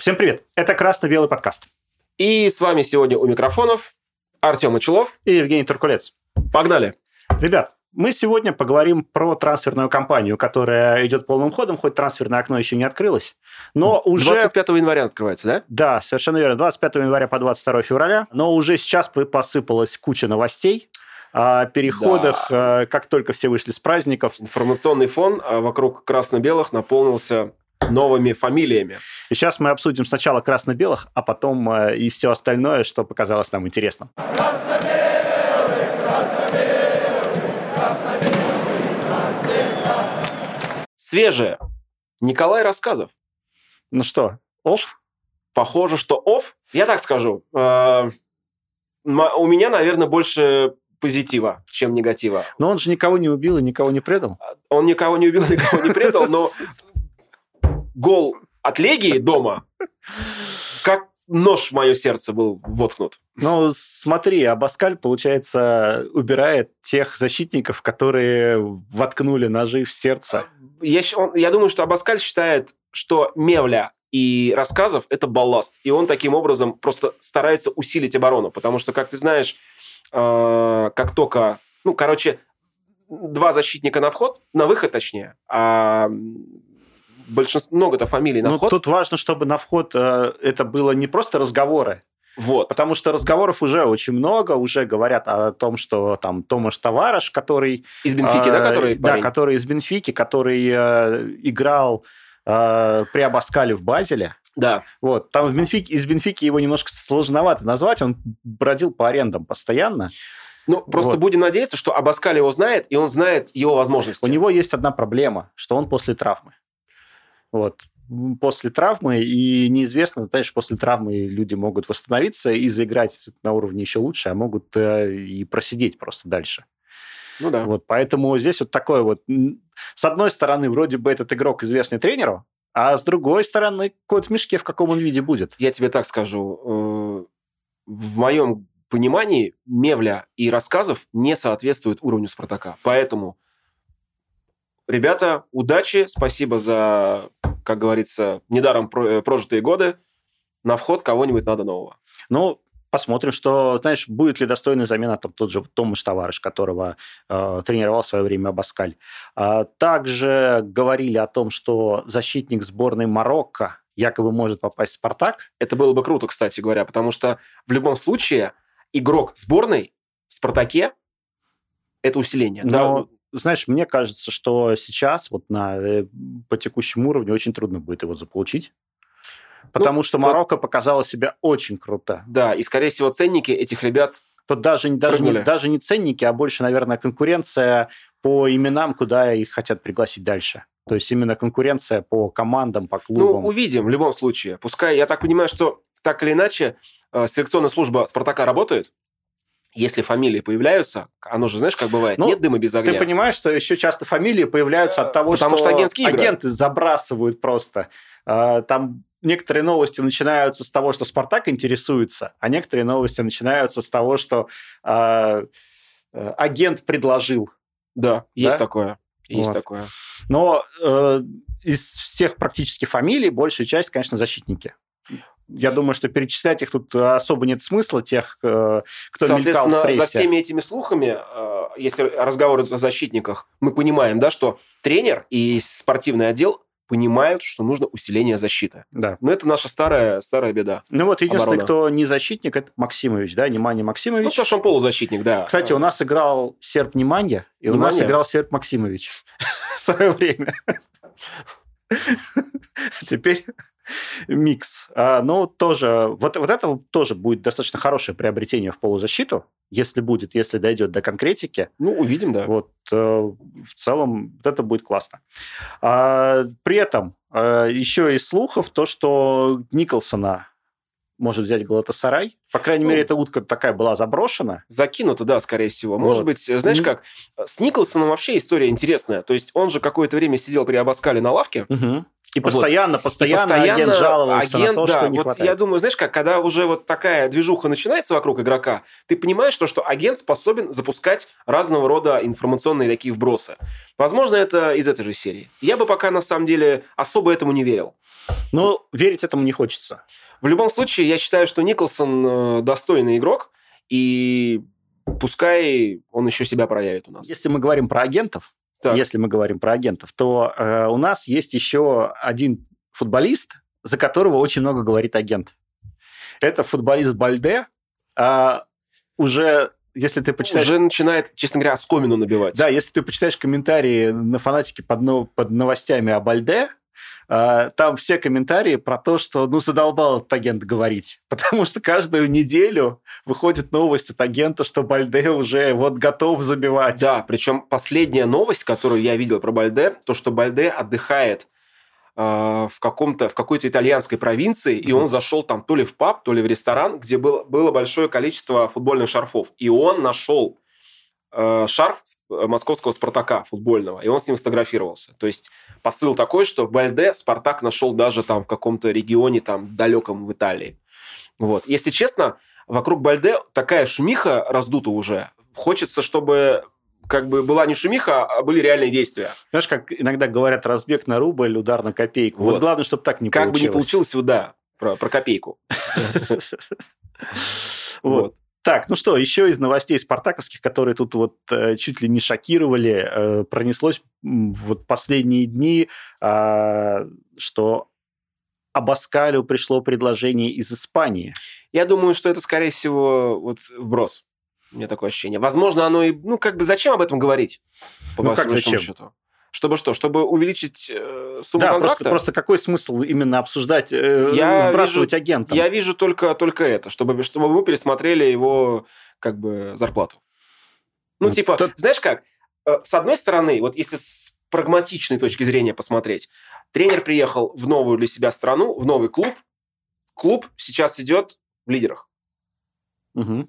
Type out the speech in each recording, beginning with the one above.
Всем привет! Это «Красно-белый подкаст». И с вами сегодня у микрофонов Артем Мочелов и Евгений Туркулец. Погнали! Ребят, мы сегодня поговорим про трансферную кампанию, которая идет полным ходом, хоть трансферное окно еще не открылось. Но уже... 25 января открывается, да? Да, совершенно верно. 25 января по 22 февраля. Но уже сейчас посыпалась куча новостей о переходах, как только все вышли с праздников. Информационный фон вокруг красно-белых наполнился новыми фамилиями. И сейчас мы обсудим сначала красно-белых, а потом и все остальное, что показалось нам интересным. Свежее. Николай Рассказов. Ну что, офф? Похоже, что офф. Я так скажу. У меня, наверное, больше позитива, чем негатива. Но он же никого не убил и никого не предал. Он никого не убил, никого не предал, но гол от Легии дома, как нож в мое сердце был воткнут. Ну, смотри, Абаскаль, получается, убирает тех защитников, которые воткнули ножи в сердце. Я думаю, что Абаскаль считает, что Мевля и Рассказов – это балласт. И он таким образом просто старается усилить оборону. Потому что, как ты знаешь, как только... два защитника на вход, на выход точнее, а много-то фамилий на вход. Тут важно, чтобы на вход это было не просто разговоры. Вот. Потому что разговоров уже очень много, уже говорят о том, что там Томаш Тавареш, который... Из Бенфики, который парень? Да, который из Бенфики, который играл при Абаскале в Базеле. Да. Вот. Там из Бенфики его немножко сложновато назвать, он бродил по арендам постоянно. Просто будем надеяться, что Абаскаль его знает, и он знает его возможности. У него есть одна проблема, что он после травмы. Вот. После травмы, и неизвестно, знаешь, после травмы люди могут восстановиться и заиграть на уровне еще лучше, а могут и просидеть просто дальше. Ну да. Вот, поэтому здесь вот такое вот... С одной стороны, вроде бы этот игрок известный тренеру, а с другой стороны, кот в мешке, в каком он виде будет. Я тебе так скажу. В моем понимании Мевля и Рассказов не соответствуют уровню Спартака. Поэтому, ребята, удачи, спасибо за, как говорится, недаром прожитые годы. На вход кого-нибудь надо нового. Посмотрим, что, знаешь, будет ли достойная замена тот же Томаш Тавареш, которого тренировал в свое время Абаскаль. Также говорили о том, что защитник сборной Марокко якобы может попасть в «Спартак». Это было бы круто, кстати говоря, потому что в любом случае игрок сборной в «Спартаке» – это усиление. Но, знаешь, мне кажется, что сейчас вот по текущему уровню очень трудно будет его заполучить. Потому что Марокко показало себя очень круто. Да, и, скорее всего, ценники этих ребят тут даже не ценники, а больше, наверное, конкуренция по именам, куда их хотят пригласить дальше. То есть именно конкуренция по командам, по клубам. Увидим в любом случае. Пускай, я так понимаю, что так или иначе селекционная служба «Спартака» работает. Если фамилии появляются, оно же, знаешь, как бывает, нет дыма без огня. Ты понимаешь, что еще часто фамилии появляются от того, потому что агенты забрасывают просто. Там некоторые новости начинаются с того, что «Спартак» интересуется, а некоторые новости начинаются с того, что агент предложил. Да, есть такое. Есть такое. Но из всех практически фамилий большая часть, конечно, защитники. Я думаю, что перечислять их тут особо нет смысла, тех, кто мелькал в прессе. За всеми этими слухами, если разговор идет о защитниках, мы понимаем, да, что тренер и спортивный отдел понимают, что нужно усиление защиты. Да. Но это наша старая беда. Единственный, кто не защитник, это Максимович, да, Немanja Максимович. Потому что он полузащитник, да. Кстати, у нас играл серб Немanja, и у нас играл серб Максимович в свое время. Теперь микс. Тоже, вот это тоже будет достаточно хорошее приобретение в полузащиту, если дойдет до конкретики. Увидим, да. В целом, это будет классно. При этом еще из слухов то, что Николсона может взять Галатасарай. По крайней мере, эта утка такая была заброшена. Закинута, да, скорее всего. Может быть, знаешь как, с Николсоном вообще история интересная. То есть он же какое-то время сидел при Абаскале на лавке. И постоянно агент жаловался на то, что не хватает. Я думаю, знаешь как, когда уже вот такая движуха начинается вокруг игрока, ты понимаешь, что агент способен запускать разного рода информационные такие вбросы. Возможно, это из этой же серии. Я бы пока, на самом деле, особо этому не верил. Но верить этому не хочется. В любом случае, я считаю, что Николсон достойный игрок, и пускай он еще себя проявит у нас. Если мы говорим про агентов, то у нас есть еще один футболист, за которого очень много говорит агент. Это футболист Бальде. Уже, если ты почитаешь... Уже начинает, честно говоря, оскомину набивать. Да, если ты почитаешь комментарии на Фанатике под новостями о Бальде, там все комментарии про то, что задолбал этот агент говорить. Потому что каждую неделю выходит новость от агента, что Бальде уже готов забивать. Да, причем последняя новость, которую я видел про Бальде, то, что Бальде отдыхает в какой-то итальянской провинции, и он зашел там то ли в паб, то ли в ресторан, где было большое количество футбольных шарфов. И он нашел шарф московского «Спартака» футбольного, и он с ним сфотографировался. То есть посыл такой, что Бальде «Спартак» нашел даже там в каком-то регионе там далеком в Италии. Вот. Если честно, вокруг Бальде такая шумиха раздута уже. Хочется, чтобы была не шумиха, а были реальные действия. Знаешь, как иногда говорят, разбег на рубль, удар на копейку. Вот главное, чтобы так не получилось. Как бы не получилось, про копейку. Вот. Так, что, еще из новостей спартаковских, которые тут чуть ли не шокировали, пронеслось последние дни, что Абаскалю пришло предложение из Испании. Я думаю, что это, скорее всего, вброс. У меня такое ощущение. Возможно, оно и... зачем об этом говорить? Как зачем? Счету? Чтобы что? Чтобы увеличить сумму контракта? Просто какой смысл именно обсуждать, спрашивать агента? Я вижу только это, чтобы мы пересмотрели его зарплату. Знаешь как? С одной стороны, если с прагматичной точки зрения посмотреть, тренер приехал в новую для себя страну, в новый клуб. Клуб сейчас идет в лидерах. Угу.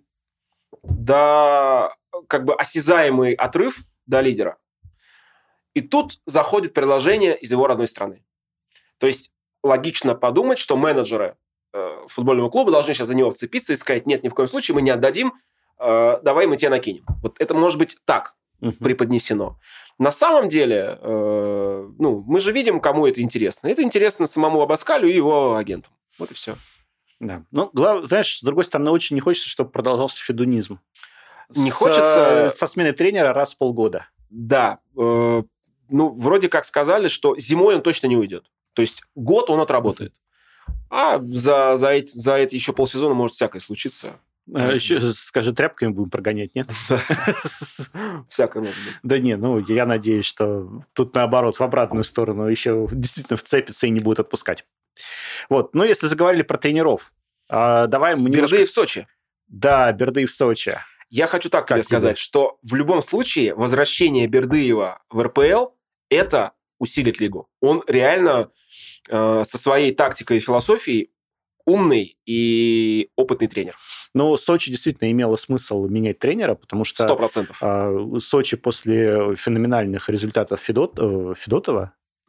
Да, осязаемый отрыв до лидера. И тут заходит предложение из его родной страны. То есть логично подумать, что менеджеры футбольного клуба должны сейчас за него вцепиться и сказать: нет, ни в коем случае мы не отдадим, давай мы тебя накинем. Это может быть так преподнесено. На самом деле, мы же видим, кому это интересно. Это интересно самому Абаскалю и его агентам. Вот и все. Да. Главное, знаешь, с другой стороны, очень не хочется, чтобы продолжался федунизм. Не хочется... Со сменой тренера раз в полгода. Да. Вроде как сказали, что зимой он точно не уйдет. То есть год он отработает. А за эти еще полсезона может всякое случиться. Еще, скажи, тряпками будем прогонять, нет? Всякое может быть. Да не, я надеюсь, что тут наоборот, в обратную сторону еще действительно вцепится и не будет отпускать. Но если заговорили про тренеров, давай мы немножко... Бердыев в Сочи. Да, Бердыев в Сочи. Я хочу тебе сказать, что в любом случае возвращение Бердыева в РПЛ – это усилит лигу. Он реально со своей тактикой и философией умный и опытный тренер. Сочи действительно имело смысл менять тренера, потому что 100%. Сочи после феноменальных результатов Федотова,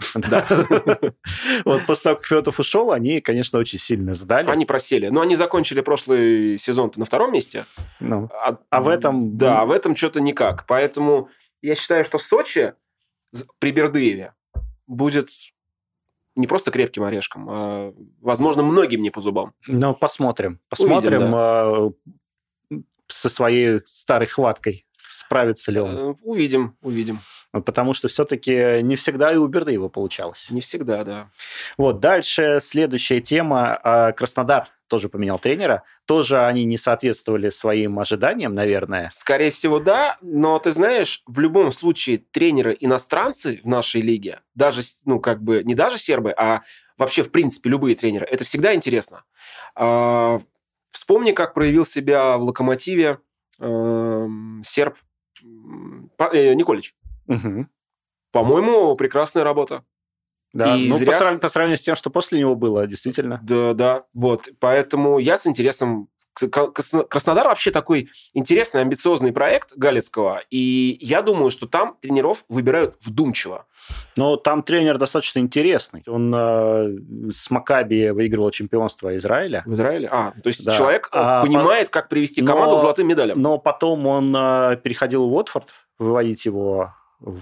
после того, как Федотов ушел, они, конечно, очень сильно сдали. Они просели. Но они закончили прошлый сезон-то на втором месте. А в этом... Да, в этом что-то никак. Поэтому я считаю, что Сочи при Бердыеве будет не просто крепким орешком, а, возможно, многим не по зубам. Посмотрим. Увидим, да. Со своей старой хваткой справится ли он. Увидим. Потому что все-таки не всегда и у Бердыева получалось. Не всегда, да. Дальше следующая тема. Краснодар тоже поменял тренера. Тоже они не соответствовали своим ожиданиям, наверное. Скорее всего, да. Но ты знаешь, в любом случае тренеры-иностранцы в нашей лиге, даже, не даже сербы, а вообще, в принципе, любые тренеры, это всегда интересно. Вспомни, как проявил себя в «Локомотиве» серб Николич. Угу. По-моему, прекрасная работа. Да, по сравнению с тем, что после него было, действительно. Да. Поэтому я с интересом... Краснодар вообще такой интересный, амбициозный проект Галицкого, и я думаю, что там тренеров выбирают вдумчиво. Но там тренер достаточно интересный. Он с Макаби выигрывал чемпионство Израиля. В Израиле? То есть человек понимает, как привести команду к золотым медалям. Но потом он переходил в Уотфорд, выводить его в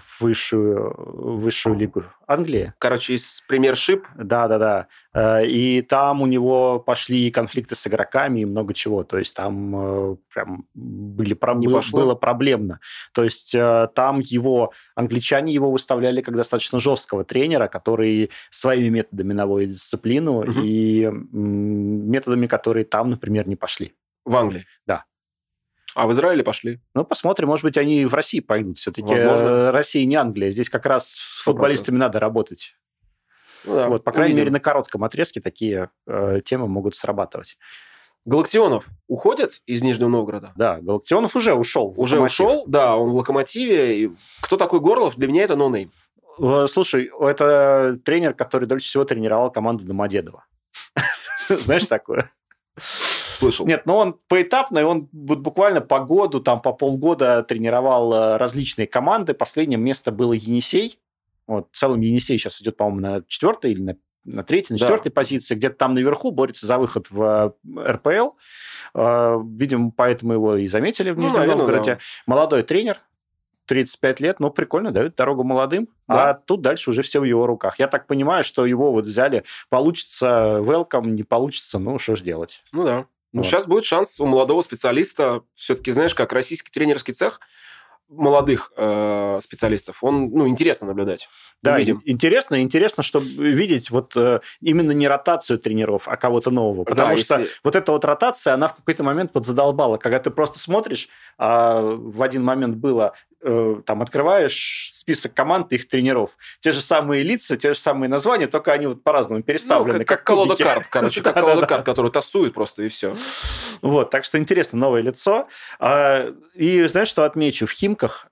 высшую лигу Англии. Короче, из премьер-шип. Да. И там у него пошли конфликты с игроками и много чего. То есть там прям было проблемно. То есть там англичане его выставляли как достаточно жесткого тренера, который своими методами наводит дисциплину и методами, которые там, например, не пошли. В Англии? Да. А в Израиле пошли? Ну, посмотрим, может быть, они в России пойдут. Все-таки Россия не Англия. Здесь как раз с футболистами надо работать. Ну, да. Вот, по крайней мере, на коротком отрезке такие темы могут срабатывать. Галактионов уходит из Нижнего Новгорода? Да, Галактионов уже ушел. Уже ушел, да, он в «Локомотиве». И кто такой Горлов? Для меня это ноунейм. Слушай, это тренер, который дольше всего тренировал команду Домодедово. Знаешь такое? Слышал. Нет, но он поэтапно, и он буквально по году, там, по полгода тренировал различные команды. Последнее место было Енисей. Вот, в целом Енисей сейчас идет, по-моему, на 4-й или на 3-й, на 4-й позиции. Где-то там наверху борется за выход в РПЛ. Видимо, поэтому его и заметили в Нижнем Новгороде. Да. Молодой тренер, 35 лет, но прикольно, дает дорогу молодым, да. А тут дальше уже все в его руках. Я так понимаю, что его вот взяли, получится welcome, не получится, ну, что ж делать. Ну да. Ну, вот. Сейчас будет шанс у молодого специалиста, все-таки, знаешь, как российский тренерский цех молодых специалистов, он, интересно наблюдать. Да, интересно, чтобы видеть вот именно не ротацию тренеров, а кого-то нового. Потому что вот эта вот ротация, она в какой-то момент подзадолбала. Когда ты просто смотришь, в один момент было, там, открываешь список команд их тренеров, те же самые лица, те же самые названия, только они вот по-разному переставлены. Ну, как колода карт, короче, как колода карт, которую тасуют просто, и все. Вот, так что интересно, новое лицо. И знаешь, что отмечу? В Химках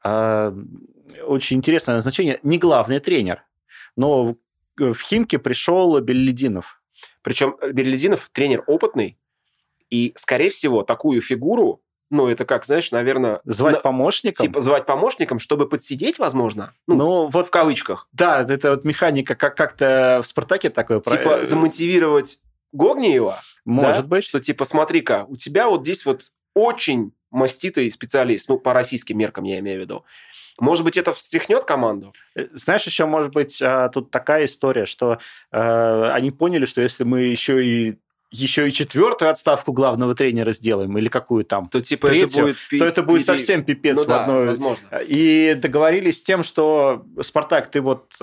очень интересное назначение. Не главный тренер, но в Химки пришел Беллидинов. Причем Беллидинов тренер опытный, и, скорее всего, такую фигуру, это как, знаешь, наверное... Звать помощником? Типа звать помощником, чтобы подсидеть, возможно? Вот в кавычках. Да, это вот механика, как-то в «Спартаке» такое... Типа замотивировать Гогниева? Может быть. Что типа, смотри-ка, у тебя вот здесь вот очень маститый специалист, по российским меркам я имею в виду. Может быть, это встряхнет команду? Знаешь, еще, может быть, тут такая история, что они поняли, что если мы еще и 4-ю отставку главного тренера сделаем, или какую там, то типа 3-ю, то это будет совсем пипец. Возможно. И договорились с тем, что «Спартак, ты вот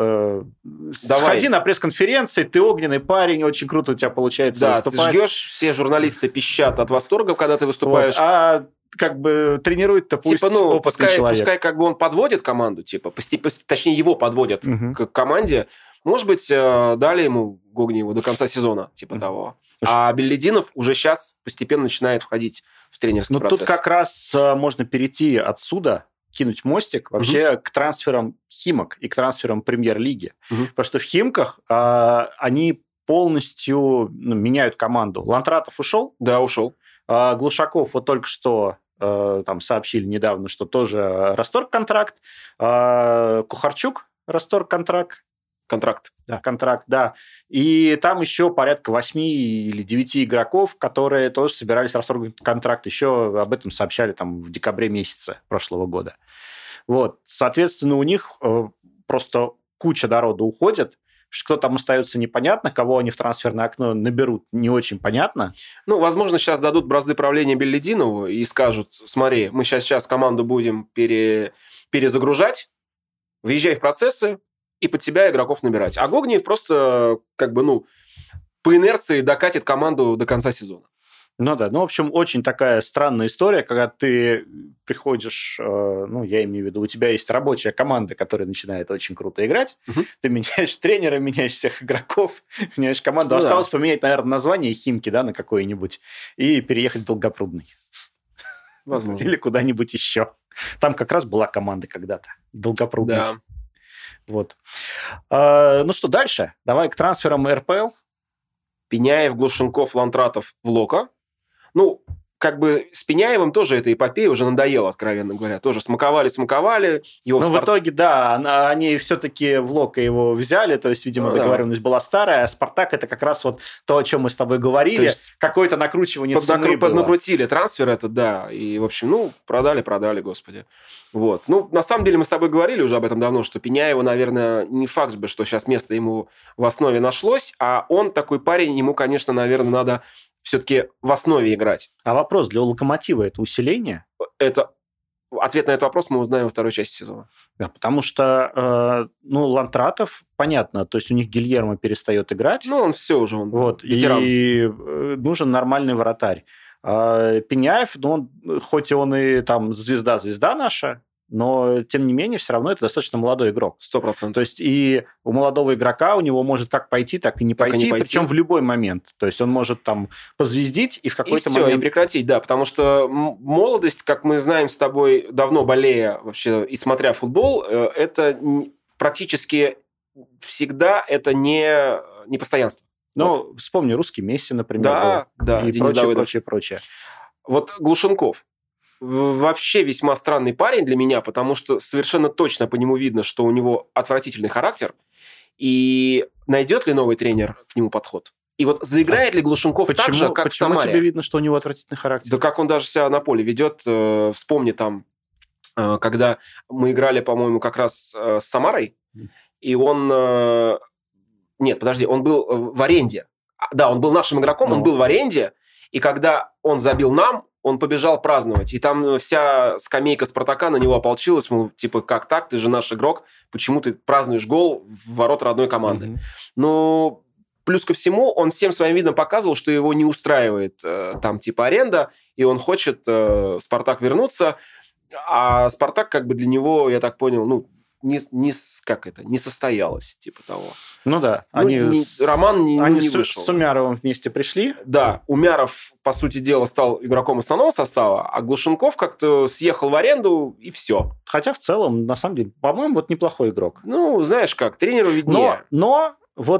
сходи на пресс-конференции, ты огненный парень, очень круто у тебя получается выступать. Ты ждешь, все жжурналисты пищат от восторга, когда ты выступаешь. Вот. А как бы тренирует-то пусть опытный человек. Пускай как бы он подводит команду, точнее его подводят к команде. Может быть, дали ему Гогниеву до конца сезона, того. А Беллидинов уже сейчас постепенно начинает входить в тренерский процесс. Тут как раз можно перейти отсюда, кинуть мостик вообще к трансферам Химок и к трансферам Премьер-лиги. Потому что в Химках они полностью меняют команду. Лантратов ушел? Да, ушел. Глушаков вот только что там сообщили недавно, что тоже расторг контракт. Кухарчук расторг контракт. Контракт, да. И там еще порядка 8 или 9 игроков, которые тоже собирались расторгнуть контракт. Еще об этом сообщали там в декабре месяце прошлого года. Вот. Соответственно, у них просто куча народа уходит. Кто там остается, непонятно. Кого они в трансферное окно наберут, не очень понятно. Возможно, сейчас дадут бразды правления Беллидинову и скажут, смотри, мы сейчас команду будем перезагружать, въезжай в процессы, и под себя игроков набирать. А Гогниев просто, по инерции докатит команду до конца сезона. Ну да, в общем, очень такая странная история, когда ты приходишь, я имею в виду, у тебя есть рабочая команда, которая начинает очень круто играть, ты меняешь тренера, меняешь всех игроков, меняешь команду. Осталось поменять, наверное, название Химки, на какое-нибудь, и переехать в Долгопрудный. Возможно. Или куда-нибудь еще. Там как раз была команда когда-то, Долгопрудный. Да. Вот. Что дальше? Давай к трансферам РПЛ. Пеняев, Глушенков, Лантратов в Локо. как бы с Пеняевым тоже эта эпопея уже надоела, откровенно говоря. Тоже смаковали. Его в итоге, да, они все-таки в Локо его взяли, то есть, видимо, договоренность была старая, а Спартак это как раз вот то, о чем мы с тобой говорили, какое-то накручивание цены было. Поднакрутили трансфер этот, да, и, в общем, продали, господи. Вот. На самом деле, мы с тобой говорили уже об этом давно, что Пеняева, наверное, не факт, что сейчас место ему в основе нашлось, а он такой парень, ему, конечно, наверное, надо все-таки в основе играть. А вопрос для Локомотива – это усиление? Ответ на этот вопрос мы узнаем во второй части сезона. Да, потому что, Лантратов, понятно, то есть у них Гильермо перестает играть. Он все уже, он ветеран. И нужен нормальный вратарь. Пеняев, хоть он и там звезда наша, но, тем не менее, все равно это достаточно молодой игрок. 100%. То есть и у молодого игрока у него может как пойти, так и не пойти, причем в любой момент. То есть он может там позвездить и в какой-то момент... И прекратить, да, потому что молодость, как мы знаем с тобой, давно болея вообще и смотря футбол, это практически всегда это не постоянство. Вспомни русский Месси, например. Да, и прочее. Вот Глушенков. Вообще весьма странный парень для меня, потому что совершенно точно по нему видно, что у него отвратительный характер. И найдет ли новый тренер к нему подход? И вот заиграет ли Глушенков так же, как в Самаре? Почему тебе видно, что у него отвратительный характер? Да как он даже себя на поле ведет. Вспомни там, когда мы играли, по-моему, как раз с Самарой, и он... Нет, подожди, он был в аренде. Да, он был нашим игроком, он был в аренде, и когда он забил нам, он побежал праздновать. И там вся скамейка Спартака на него ополчилась, мол, типа, как так, ты же наш игрок, почему ты празднуешь гол в ворот родной команды? Но плюс ко всему, он всем своим видом показывал, что его не устраивает там типа аренда, и он хочет Спартак вернуться, а Спартак как бы для него, я так понял, не состоялось, типа того. Роман не вышел. С Умяровым вместе пришли. Да, Умяров, по сути дела, стал игроком основного состава, а Глушенков как-то съехал в аренду, и все. Хотя в целом, на самом деле, по-моему, неплохой игрок. Знаешь как, тренеру виднее. Но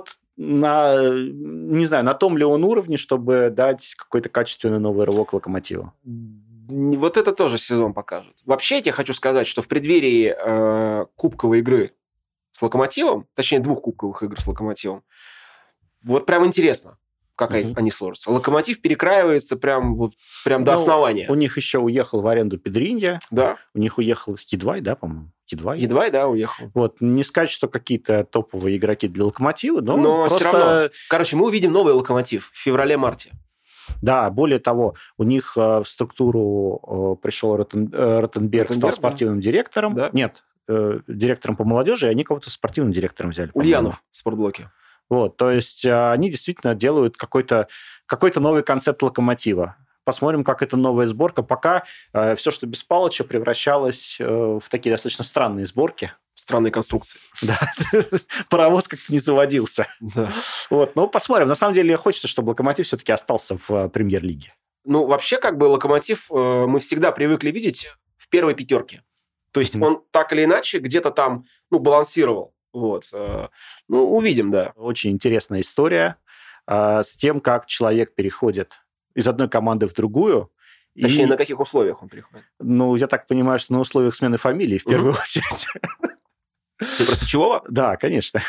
не знаю, на том ли он уровне, чтобы дать какой-то качественный новый рывок Локомотиву. Вот это тоже сезон покажет. Вообще, я тебе хочу сказать, что в преддверии кубковой игры с Локомотивом, точнее, 2 кубковых игр с Локомотивом, вот прям интересно, как они сложатся. Локомотив перекраивается прям до основания. У них еще уехал в аренду Педринья. Да. У них уехал Едвай, да, по-моему? Едвай, да, уехал. Не сказать, что какие-то топовые игроки для Локомотива, но просто... все равно. Короче, мы увидим новый Локомотив в феврале-марте. Да, более того, у них в структуру пришел Ротенберг, стал спортивным директором. Да? Нет, директором по молодежи, и они кого-то спортивным директором взяли. Ульянов в спортблоке. То есть они действительно делают какой-то новый концепт Локомотива. Посмотрим, как эта новая сборка. Пока все, что без Палыча, превращалось в такие достаточно странные сборки. Странные конструкции. Да, паровоз как-то не заводился. Да. Посмотрим. На самом деле, хочется, чтобы Локомотив все-таки остался в премьер-лиге. Вообще, как бы Локомотив мы всегда привыкли видеть в первой 5. То есть он так или иначе где-то там балансировал. Увидим, да. Очень интересная история с тем, как человек переходит из одной команды в другую. Точнее, на каких условиях он переходит? Я так понимаю, что на условиях смены фамилии в первую очередь. Ты про Сычевого? Да, конечно.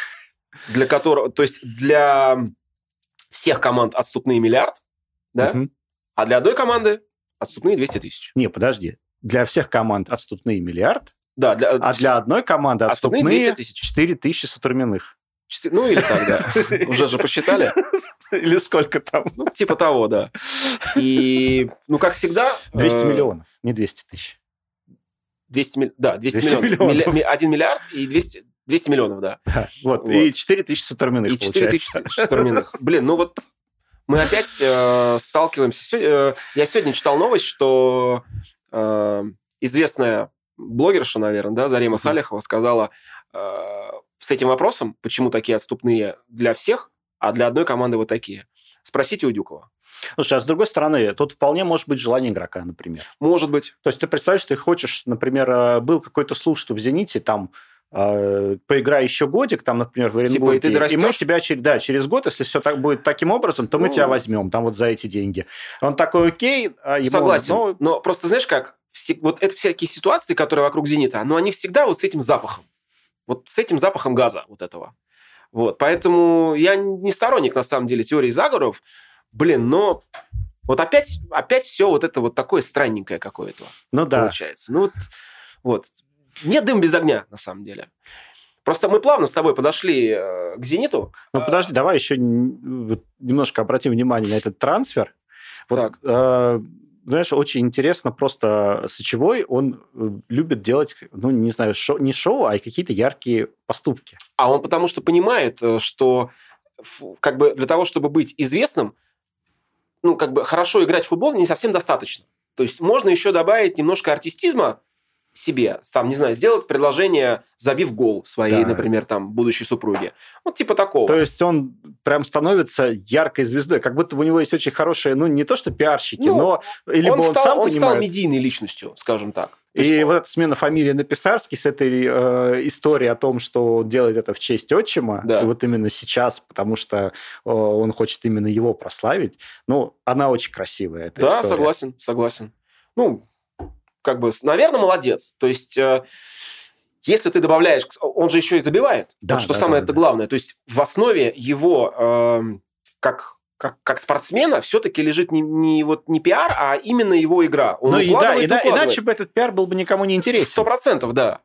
То есть для всех команд отступные 1 миллиард, да? А для одной команды отступные 200 тысяч. Не, подожди. Для всех команд отступные 1 миллиард, да, для одной команды отступные 200 тысяч. 4 тысячи Сатурминых. Или так, да. Уже же посчитали. Или сколько там? Типа того, да. И, как всегда... 200 миллионов, не 200 тысяч. 200 миллионов. 1 миллиард и 200 миллионов, да. И 4 тысячи Сатурминых, получается. 4 тысячи Сатурминых. Блин, мы опять сталкиваемся. Я сегодня читал новость, что известная блогерша, наверное, да, Зарема Салихова сказала с этим вопросом, почему такие отступные для всех, а для одной команды вот такие. Спросите у Дюкова. Слушай, а с другой стороны, тут вполне может быть желание игрока, например. Может быть. То есть ты представляешь, ты хочешь, например, был какой-то слух, что в «Зените» там поиграй еще годик, там, например, в Оренбурге, и ты дорастешь? мы тебя через год, если все так будет таким образом, то мы тебя возьмем там вот за эти деньги. Он такой, окей. Согласен, но просто знаешь как, вот это всякие ситуации, которые вокруг «Зенита», но они всегда вот с этим запахом. Вот с этим запахом газа вот этого. Вот. Поэтому я не сторонник, на самом деле, теории заговоров. Но вот опять все вот это вот такое странненькое какое-то получается. Вот. Нет дыма без огня, на самом деле. Просто мы плавно с тобой подошли к «Зениту». Подожди, давай еще немножко обратим внимание на этот трансфер. Вот, знаешь, очень интересно просто Сычевой, он любит делать, не знаю, не шоу, а какие-то яркие поступки. А он потому что понимает, что как бы для того, чтобы быть известным, хорошо играть в футбол не совсем достаточно. То есть можно еще добавить немножко артистизма себе, там, не знаю, сделать предложение, забив гол своей, например, там, будущей супруге. Вот типа такого. То есть он прям становится яркой звездой, как будто у него есть очень хорошие, не то что пиарщики, но... Либо он стал медийной личностью, скажем так. И вот эта смена фамилии на Писарский с этой историей о том, что он делает это в честь отчима, и вот именно сейчас, потому что он хочет именно его прославить, она очень красивая, эта история. Да, согласен. Наверное, молодец. То есть, если ты добавляешь... Он же еще и забивает. Что самое главное. То есть, в основе его, как спортсмена, все-таки лежит не пиар, а именно его игра. Он укладывает. Иначе бы этот пиар был бы никому не интересен. 100%, да.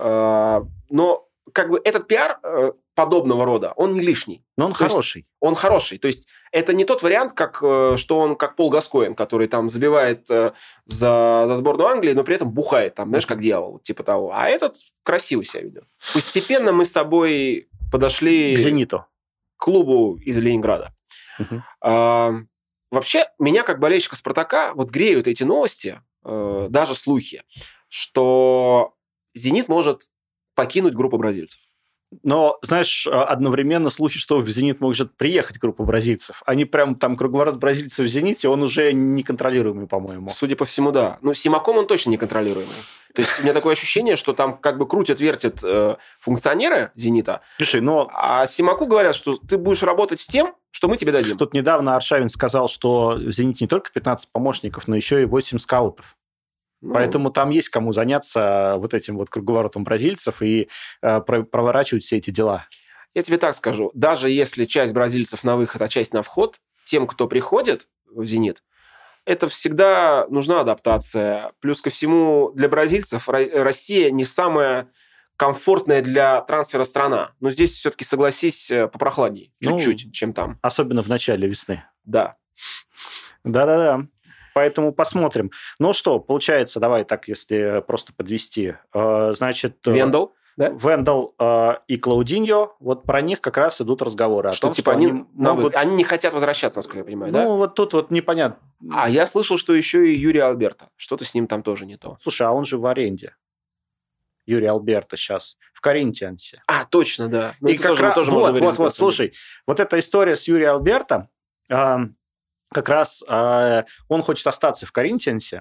Но этот пиар подобного рода, он не лишний. Но он хороший. Он хороший. То есть, это не тот вариант, что он как Пол Гаскоен, который там забивает за сборную Англии, но при этом бухает, там, знаешь, как дьявол, типа того. А этот красиво себя ведет. Постепенно мы с тобой подошли... К «Зениту». К клубу из Ленинграда. Вообще, меня, как болельщика «Спартака», греют эти новости, даже слухи, что «Зенит» может покинуть группу бразильцев. Но, знаешь, одновременно слухи, что в «Зенит» может приехать группа бразильцев. Они прям там круговорот бразильцев в «Зените», он уже неконтролируемый, по-моему. Судя по всему, да. Симаком он точно неконтролируемый. То есть у меня такое ощущение, что там крутят-вертят функционеры «Зенита». Слушай, а Симаку говорят, что ты будешь работать с тем, что мы тебе дадим. Тут недавно Аршавин сказал, что в «Зените» не только 15 помощников, но еще и 8 скаутов. Поэтому там есть кому заняться этим круговоротом бразильцев и проворачивать все эти дела. Я тебе так скажу. Даже если часть бразильцев на выход, а часть на вход, тем, кто приходит в «Зенит», это всегда нужна адаптация. Плюс ко всему, для бразильцев Россия не самая комфортная для трансфера страна. Но здесь все-таки, согласись, попрохладней. Чуть-чуть, чем там. Особенно в начале весны. Да. Да-да-да. Поэтому посмотрим. Что, получается, давай так, если просто подвести. Значит... Вендел, да? Вендел и Клаудиньо, про них как раз идут разговоры. Что, типа, они не хотят возвращаться, насколько я понимаю, да? Тут непонятно. А я слышал, что еще и Юрий Альберто. Что-то с ним там тоже не то. Слушай, а он же в аренде. Юрий Альберто сейчас в Коринтиансе. Точно, да. И тоже можно слушай, эта история с Юрием Альберто... Как раз он хочет остаться в Коринтиансе,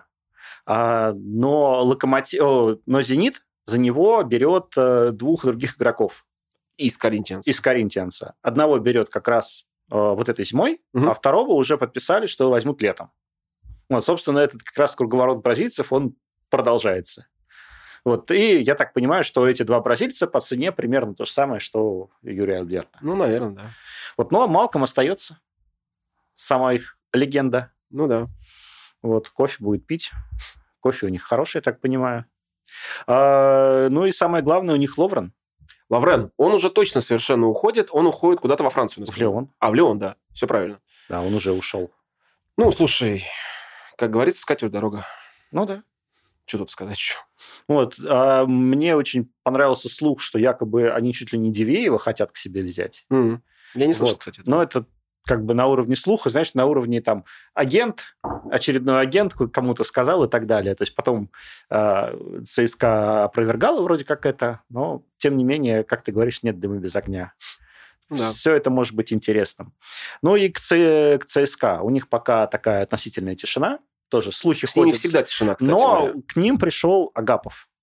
но «Зенит» за него берет 2 других игроков. Из Коринтианса. Одного берет как раз этой зимой, а второго уже подписали, что возьмут летом. Собственно, этот как раз круговорот бразильцев, он продолжается. И я так понимаю, что эти 2 бразильца по цене примерно то же самое, что Юрий Альберто. Наверное, да. Но Малком остается. Сама их легенда. Да. Кофе будет пить. Кофе у них хороший, я так понимаю. И самое главное, у них Ловрен. Лаврен, он уже точно совершенно уходит. Он уходит куда-то во Францию. В Лион. В Лион, да. Все правильно. Да, он уже ушел. Слушай, как говорится, скатерть дорога. Да. Что тут сказать еще? Мне очень понравился слух, что якобы они чуть ли не Дивеева хотят к себе взять. Я не слышал, кстати. Но это на уровне слуха, знаешь, на уровне очередной агент кому-то сказал и так далее. То есть потом ЦСКА опровергала вроде как это, но тем не менее, как ты говоришь, нет дыма без огня. Да. Все это может быть интересным. И к ЦСКА. У них пока такая относительная тишина. Тоже слухи ходят. С ними всегда тишина, кстати. Но к ним пришел Агапов.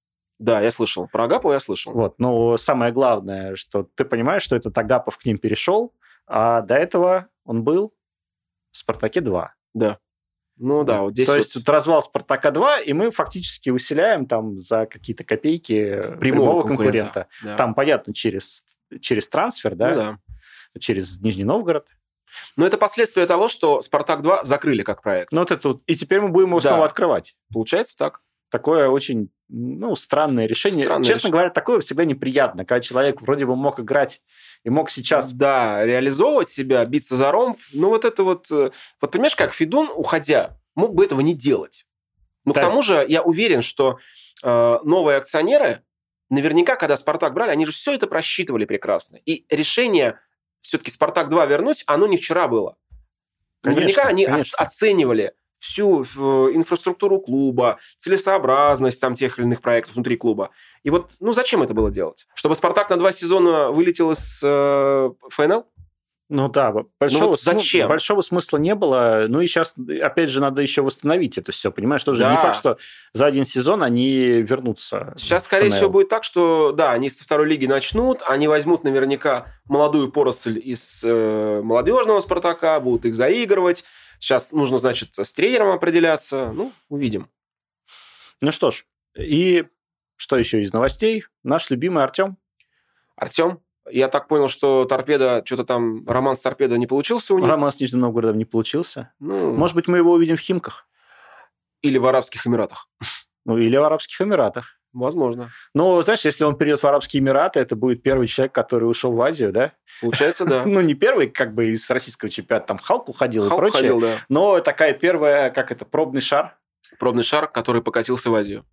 Да, я слышал. Про Агапова я слышал. Вот. Но самое главное, что ты понимаешь, что этот Агапов к ним перешел, а до этого он был в «Спартаке-2». Да. Ну да, вот здесь То есть развал «Спартака-2», и мы фактически усиляем там за какие-то копейки прямого конкурента. Да. Там, понятно, через трансфер, да? Ну да. Через Нижний Новгород. Но это последствия того, что «Спартак-2» закрыли как проект. Ну, вот это вот. И теперь мы будем его снова открывать. Получается так. Такое очень, странное решение. Честно говоря, такое всегда неприятно, когда человек вроде бы мог играть и мог сейчас... Да, реализовывать себя, биться за ромб. Ну, вот это вот... Вот понимаешь, как Федун, уходя, мог бы этого не делать. Но Да. к тому же я уверен, что новые акционеры, наверняка, когда «Спартак» брали, они же все это просчитывали прекрасно. И решение все-таки «Спартак-2» вернуть, оно не вчера было. Наверняка они оценивали всю инфраструктуру клуба, целесообразность там тех или иных проектов внутри клуба. И вот, зачем это было делать? Чтобы «Спартак» на 2 сезона вылетел из ФНЛ? Ну да, зачем? Большого смысла не было. Ну и сейчас, опять же, надо еще восстановить это все, понимаешь? Тоже не факт, что за один сезон они вернутся. Сейчас, скорее всего, будет так, что, да, они со второй лиги начнут, они возьмут наверняка молодую поросль из молодежного «Спартака», будут их заигрывать. Сейчас нужно, значит, с тренером определяться. Увидим. Ну что ж, и что еще из новостей? Наш любимый Артем. Артем? Я так понял, что «Торпедо», что-то там, роман с «Торпедо» не получился у них? Роман с Нижним Новгородом не получился. Может быть, мы его увидим в «Химках». Или в Арабских Эмиратах. Или в Арабских Эмиратах. Возможно. Но, знаешь, если он перейдет в Арабские Эмираты, это будет первый человек, который ушел в Азию, да? Получается, да. Не первый, как бы из российского чемпионата, там Халк уходил и прочее. Ходил, да. Но такая первая, пробный шар. Пробный шар, который покатился в Азию.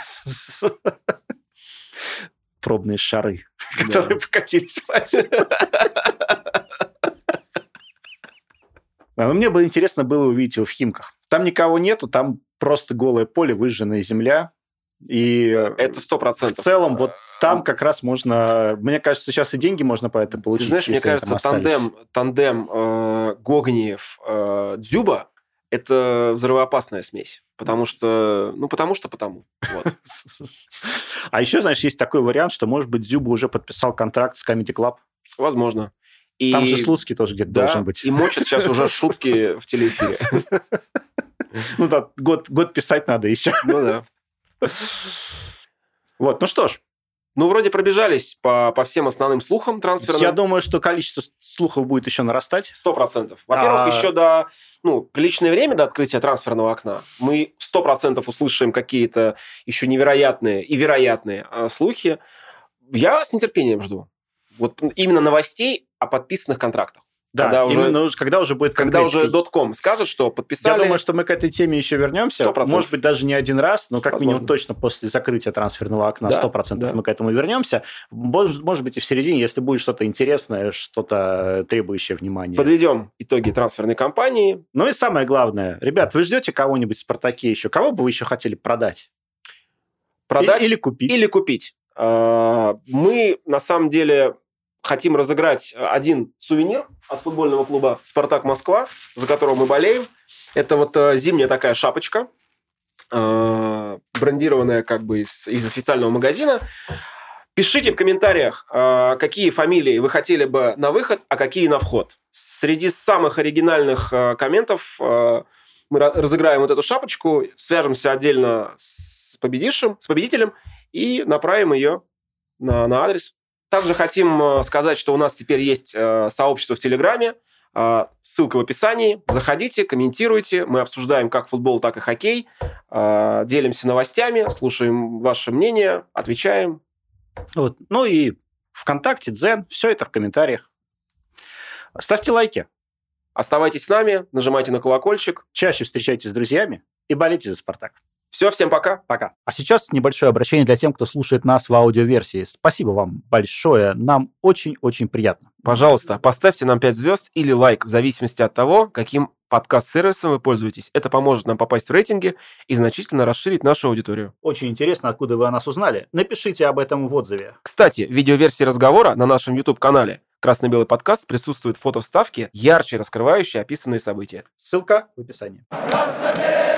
Пробные шары, которые покатились в Азию. Мне бы интересно было увидеть его в «Химках». Там никого нету, там просто голое поле, выжженная земля. И это 100%. В целом, вот там как раз можно... Мне кажется, сейчас и деньги можно по этому получить. Ты знаешь, мне кажется, тандем Гогниев-Дзюба – это взрывоопасная смесь. Потому. Вот. А еще, знаешь, есть такой вариант, что, может быть, Дзюба уже подписал контракт с Comedy Club. Возможно. И... Там же Слуцкий тоже где-то должен быть. И мочат сейчас уже шутки в телеэфире. Год писать надо еще. Ну да. Вот, что ж. Вроде пробежались по всем основным слухам трансферным. Я думаю, что количество слухов будет еще нарастать. 100%. Во-первых, еще до приличное время до открытия трансферного окна мы 100% услышим какие-то еще невероятные и вероятные слухи. Я с нетерпением жду. Вот именно новостей о подписанных контрактах. Да, когда уже будет конкретики. Когда уже .com скажет, что подписали... Я думаю, что мы к этой теме еще вернемся. 100%. Может быть, даже не один раз, но как минимум точно после закрытия трансферного окна 100% мы к этому вернемся. Может быть, и в середине, если будет что-то интересное, что-то требующее внимания. Подведем итоги трансферной кампании. Ну и самое главное. Ребят, вы ждете кого-нибудь в «Спартаке» еще? Кого бы вы еще хотели продать? Продать? Или купить? Или купить. Мы, на самом деле... хотим разыграть один сувенир от футбольного клуба «Спартак Москва», за которого мы болеем. Это вот зимняя такая шапочка, брендированная из официального магазина. Пишите в комментариях, какие фамилии вы хотели бы на выход, а какие на вход. Среди самых оригинальных комментов мы разыграем вот эту шапочку, свяжемся отдельно с победителем и направим ее на адрес. Также хотим сказать, что у нас теперь есть сообщество в Телеграме. Ссылка в описании. Заходите, комментируйте. Мы обсуждаем как футбол, так и хоккей. Делимся новостями, слушаем ваше мнение, отвечаем. Вот. Ну и ВКонтакте, Дзен. Все это в комментариях. Ставьте лайки. Оставайтесь с нами, нажимайте на колокольчик. Чаще встречайтесь с друзьями и болейте за «Спартак». Все, всем пока. Пока. А сейчас небольшое обращение для тех, кто слушает нас в аудиоверсии. Спасибо вам большое. Нам очень-очень приятно. Пожалуйста, поставьте нам 5 звезд или лайк, в зависимости от того, каким подкаст-сервисом вы пользуетесь. Это поможет нам попасть в рейтинги и значительно расширить нашу аудиторию. Очень интересно, откуда вы о нас узнали. Напишите об этом в отзыве. Кстати, в видеоверсии разговора на нашем YouTube-канале «Красно-белый подкаст» присутствуют фото-вставки, ярче раскрывающие описанные события. Ссылка в описании.